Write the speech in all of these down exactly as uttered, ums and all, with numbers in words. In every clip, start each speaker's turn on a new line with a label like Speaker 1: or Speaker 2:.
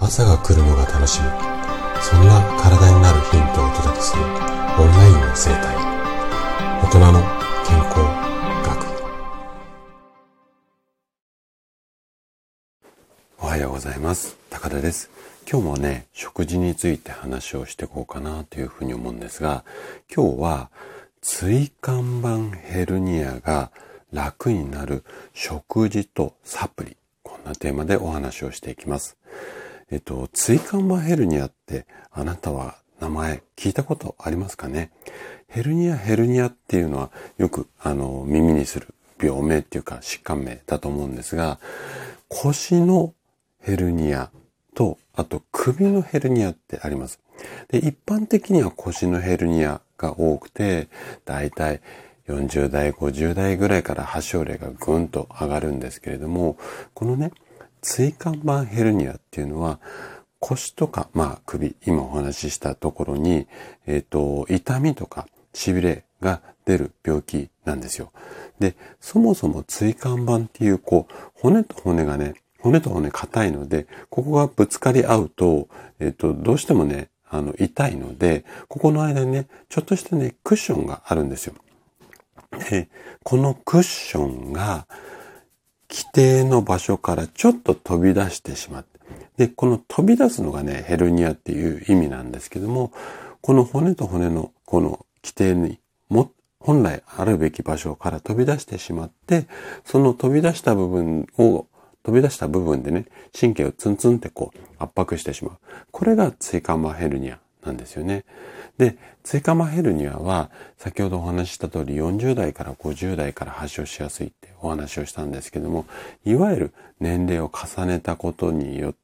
Speaker 1: 朝が来るのが楽しみ、そんな体になるヒントをお届けするオンラインの生態、大人の健康学。
Speaker 2: おはようございます。高田です。今日もね、食事について話をしていこうかなというふうに思うんですが、今日は椎間板ヘルニアが楽になる食事とサプリ、こんなテーマでお話をしていきます。えっと、椎間板ヘルニアってあなたは名前聞いたことありますかね？ヘルニア、ヘルニアっていうのはよくあの耳にする病名っていうか疾患名だと思うんですが、腰のヘルニアとあと首のヘルニアってあります。で、一般的には腰のヘルニアが多くて、だいたいよんじゅう代、ごじゅう代ぐらいから発症例がぐんと上がるんですけれども、このね、椎間板ヘルニアっていうのは腰とか、まあ首、今お話ししたところに、えっと、痛みとか痺れが出る病気なんですよ。で、そもそも椎間板っていうこう、骨と骨がね、骨と骨硬いので、ここがぶつかり合うと、えっと、どうしてもね、あの、痛いので、ここの間にね、ちょっとしたね、クッションがあるんですよ。で、このクッションが、規定の場所からちょっと飛び出してしまって、で、この飛び出すのがね、ヘルニアっていう意味なんですけども、この骨と骨のこの規定にも、本来あるべき場所から飛び出してしまって、その飛び出した部分を、飛び出した部分でね、神経をツンツンってこう圧迫してしまう。これが椎間板ヘルニアなんですよね。で、椎間板ヘルニアは先ほどお話しした通りよんじゅう代からごじゅう代から発症しやすいってお話をしたんですけども、いわゆる年齢を重ねたことによって、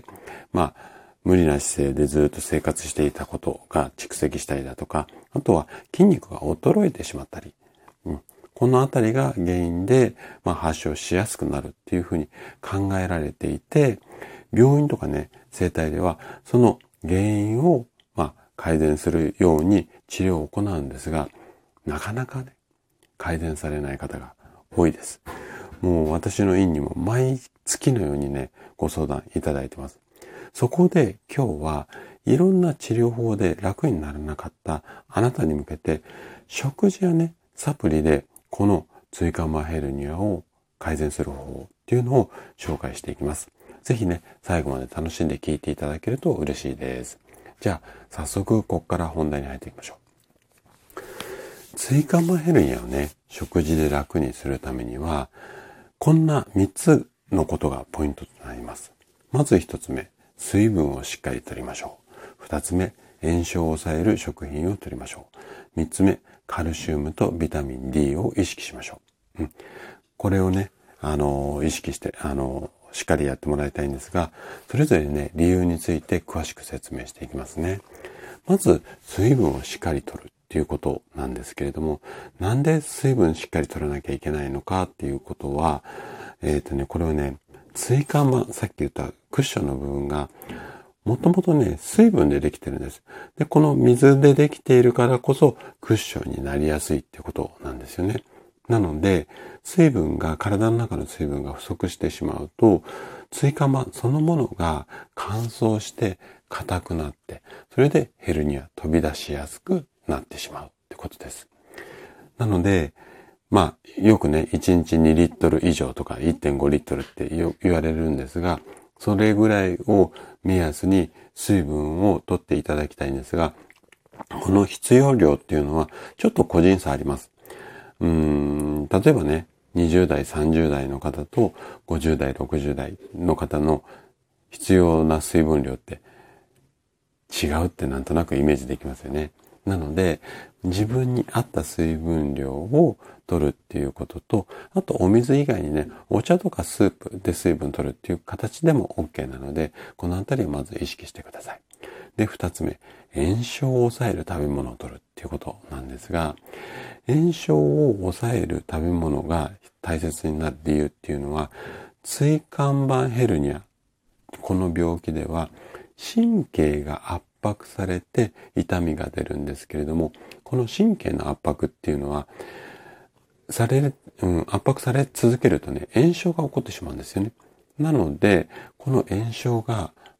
Speaker 2: まあ、無理な姿勢でずっと生活していたことが蓄積したりだとか、あとは筋肉が衰えてしまったり、うん、このあたりが原因で、まあ、発症しやすくなるっていうふうに考えられていて、病院とかね、整体ではその原因をまあ改善するように治療を行うんですが、なかなかね、改善されない方が多いです。もう私の院にも毎月のようにね、ご相談いただいてます。そこで今日はいろんな治療法で楽にならなかったあなたに向けて、食事やね、サプリでこの椎間板ヘルニアを改善する方法っていうのを紹介していきます。ぜひね、最後まで楽しんで聞いていただけると嬉しいです。じゃあ、早速ここから本題に入っていきましょう。椎間板ヘルニアをね、食事で楽にするためには、こんなみっつのことがポイントとなります。まずひとつめ、水分をしっかりとりましょう。ふたつめ、炎症を抑える食品をとりましょう。みっつめ、カルシウムとビタミン D を意識しましょう。うん、これをね、あの、意識して、あの、しっかりやってもらいたいんですが、それぞれね、理由について詳しく説明していきますね。まず、水分をしっかりとるっていうことなんですけれども、なんで水分しっかり取らなきゃいけないのかっていうことは、えっとね、これはね、椎間板、さっき言ったクッションの部分が、もともとね、水分でできてるんです。で、この水でできているからこそ、クッションになりやすいってことなんですよね。なので、水分が、体の中の水分が不足してしまうと、椎間板そのものが乾燥して硬くなって、それでヘルニア飛び出しやすくなってしまうってことです。なので、まあ、よくね、いちにちにリットル以上とか いってんごリットルって言われるんですが、それぐらいを目安に水分を取っていただきたいんですが、この必要量っていうのはちょっと個人差あります。うーん、例えばね、にじゅう代、さんじゅう代の方とごじゅう代、ろくじゅう代の方の必要な水分量って違うってなんとなくイメージできますよね。なので、自分に合った水分量を取るっていうことと、あとお水以外にね、お茶とかスープで水分取るっていう形でも OK なので、このあたりをまず意識してください。で、二つ目、炎症を抑える食べ物を取るっていうことなんですが、炎症を抑える食べ物が大切になる理由っていうのは、椎間板ヘルニア、この病気では神経が圧迫されて痛みが出るんですけれども、この神経の圧迫っていうのは、される、うん、圧迫され続けるとね、炎症が起こってしまうんですよね。なので、この炎症が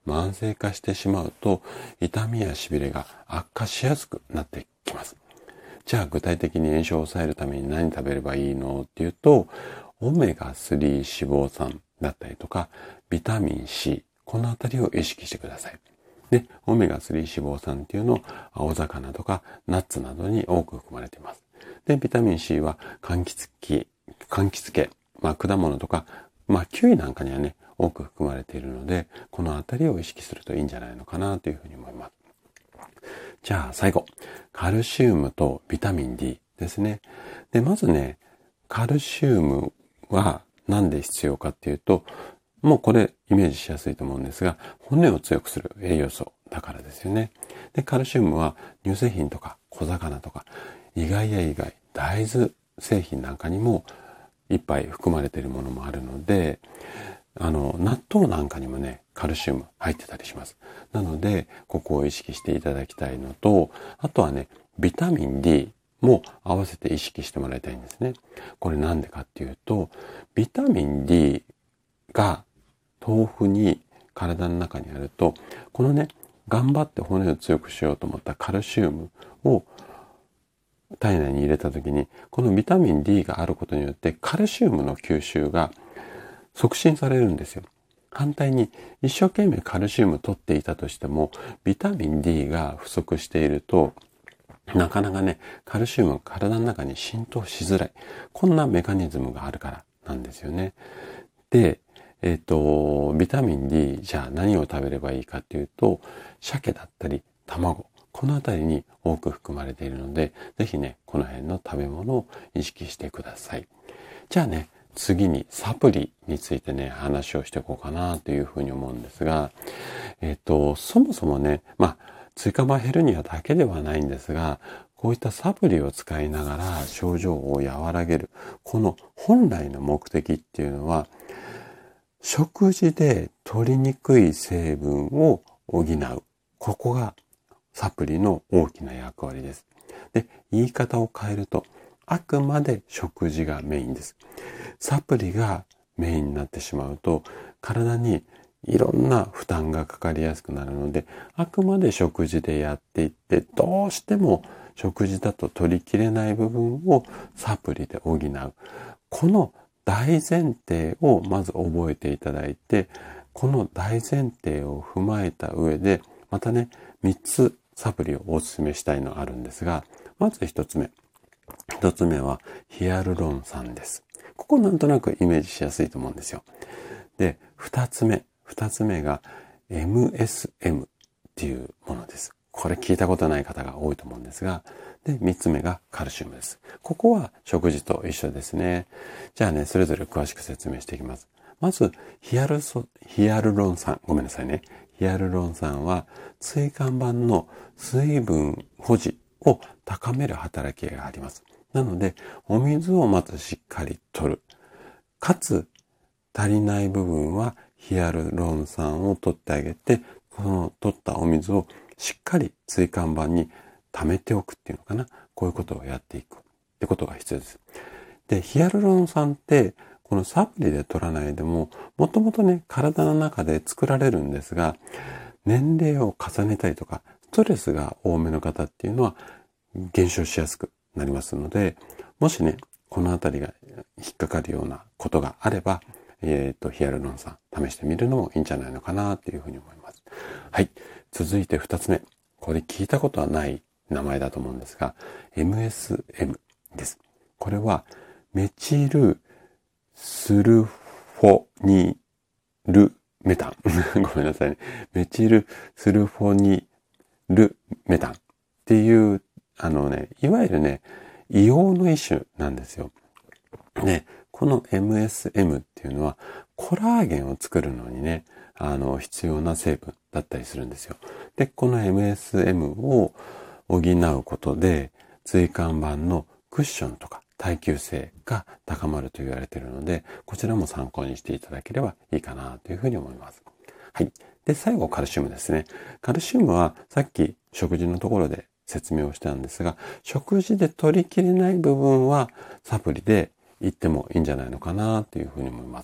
Speaker 2: 慢性化してしまうと、痛みやしびれが悪化しやすくなってきます。じゃあ具体的に炎症を抑えるために何食べればいいのっていうと、オメガスリー脂肪酸だったりとか、ビタミン C、このあたりを意識してください。で、オメガスリー脂肪酸っていうのを青魚とかナッツなどに多く含まれています。で、ビタミン C は柑橘系、柑橘系、まあ果物とか、まあキウイなんかにはね、多く含まれているので、このあたりを意識するといいんじゃないのかなというふうに思います。じゃあ最後、カルシウムとビタミン D ですね。で、まずね、カルシウムはなんで必要かっていうと、もうこれイメージしやすいと思うんですが、骨を強くする栄養素だからですよね。で、カルシウムは乳製品とか小魚とか、意外や意外、大豆製品なんかにもいっぱい含まれているものもあるので、あの、納豆なんかにもね、カルシウム入ってたりします。なので、ここを意識していただきたいのと、あとはね、ビタミン D も合わせて意識してもらいたいんですね。これなんでかっていうと、ビタミン D が豆腐に体の中にあると、このね、頑張って骨を強くしようと思ったカルシウムを体内に入れたときに、このビタミン D があることによってカルシウムの吸収が促進されるんですよ。反対に一生懸命カルシウムを取っていたとしても、ビタミン D が不足していると、なかなかね、カルシウムが体の中に浸透しづらい。こんなメカニズムがあるからなんですよね。で、えっと、ビタミン D、じゃあ何を食べればいいかっていうと、鮭だったり卵、このあたりに多く含まれているので、ぜひね、この辺の食べ物を意識してください。じゃあね、次にサプリについてね、話をしていこうかなというふうに思うんですが、えっと、そもそもね、まあ、椎間板ヘルニアだけではないんですが、こういったサプリを使いながら症状を和らげる、この本来の目的っていうのは、食事で取りにくい成分を補う。ここがサプリの大きな役割です。で、言い方を変えると、あくまで食事がメインです。サプリがメインになってしまうと、体にいろんな負担がかかりやすくなるので、あくまで食事でやっていって、どうしても食事だと取りきれない部分をサプリで補う。この大前提をまず覚えていただいて、この大前提を踏まえた上で、またね、みっつサプリをお勧めしたいのがあるんですが、まずひとつめ。ひとつめはヒアルロン酸です。ここなんとなくイメージしやすいと思うんですよ。で、ふたつめ。ふたつめが エムエスエム っていうものです。これ聞いたことない方が多いと思うんですが、で、みっつめがカルシウムです。ここは食事と一緒ですね。じゃあね、それぞれ詳しく説明していきます。まず、ヒアルソ、ヒアルロン酸、ごめんなさいね。ヒアルロン酸は椎間板の水分保持を高める働きがあります。なので、お水をまずしっかり取る。かつ、足りない部分はヒアルロン酸を取ってあげて、この取ったお水をしっかり椎間板に溜めておくっていうのかな。こういうことをやっていくってことが必要です。で、ヒアルロン酸って、このサプリで取らないでも、もともとね、体の中で作られるんですが、年齢を重ねたりとか、ストレスが多めの方っていうのは減少しやすくなりますので、もしね、このあたりが引っかかるようなことがあれば、えっと、ヒアルロン酸試してみるのもいいんじゃないのかなっていうふうに思います。はい。続いて二つ目。これ聞いたことはない名前だと思うんですが、エムエスエム です。これはメチルスルフォニルメタン。ごめんなさいね。メチルスルフォニルメタンっていう、あのね、いわゆるね、硫黄の一種なんですよ。で、この エムエスエム っていうのはコラーゲンを作るのにね、あの、必要な成分だったりするんですよ。で、この エムエスエム を補うことで、椎間板のクッションとか耐久性が高まると言われているので、こちらも参考にしていただければいいかなというふうに思います。はい。で、最後カルシウムですね。カルシウムはさっき食事のところで説明をしたんですが、食事で取りきれない部分はサプリで言ってもいいんじゃないのかなというふうに思います。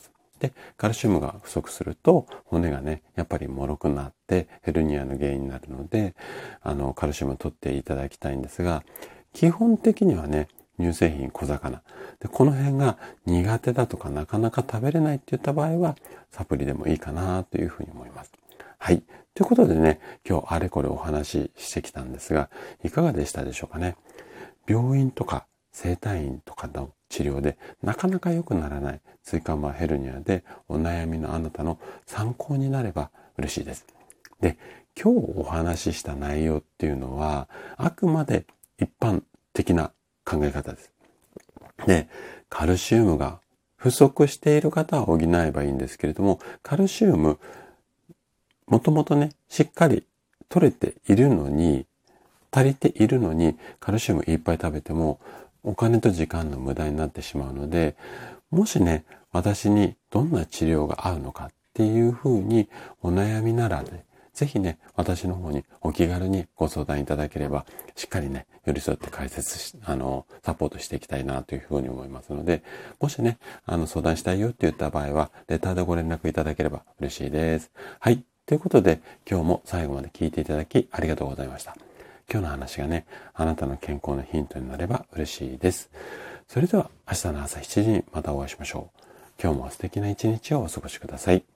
Speaker 2: で、カルシウムが不足すると骨がね、やっぱり脆くなってヘルニアの原因になるので、あの、カルシウムを取っていただきたいんですが、基本的にはね、乳製品、小魚。で、この辺が苦手だとかなかなか食べれないって言った場合は、サプリでもいいかなというふうに思います。はい。ということでね、今日あれこれお話ししてきたんですが、いかがでしたでしょうかね。病院とか整体院とかの治療でなかなか良くならない椎間板ヘルニアでお悩みのあなたの参考になれば嬉しいです。で、今日お話しした内容っていうのは、あくまで一般的な考え方です。で、カルシウムが不足している方は補えばいいんですけれども、カルシウム、もともとね、しっかり取れているのに、足りているのに、カルシウムいっぱい食べても、お金と時間の無駄になってしまうので、もしね、私にどんな治療が合うのかっていうふうにお悩みならね、ぜひね、私の方にお気軽にご相談いただければ、しっかりね、寄り添って解説し、あの、サポートしていきたいなというふうに思いますので、もしね、あの、相談したいよって言った場合は、レターでご連絡いただければ嬉しいです。はい。ということで、今日も最後まで聞いていただきありがとうございました。今日の話がね、あなたの健康のヒントになれば嬉しいです。それでは明日の朝しちじにまたお会いしましょう。今日も素敵な一日をお過ごしください。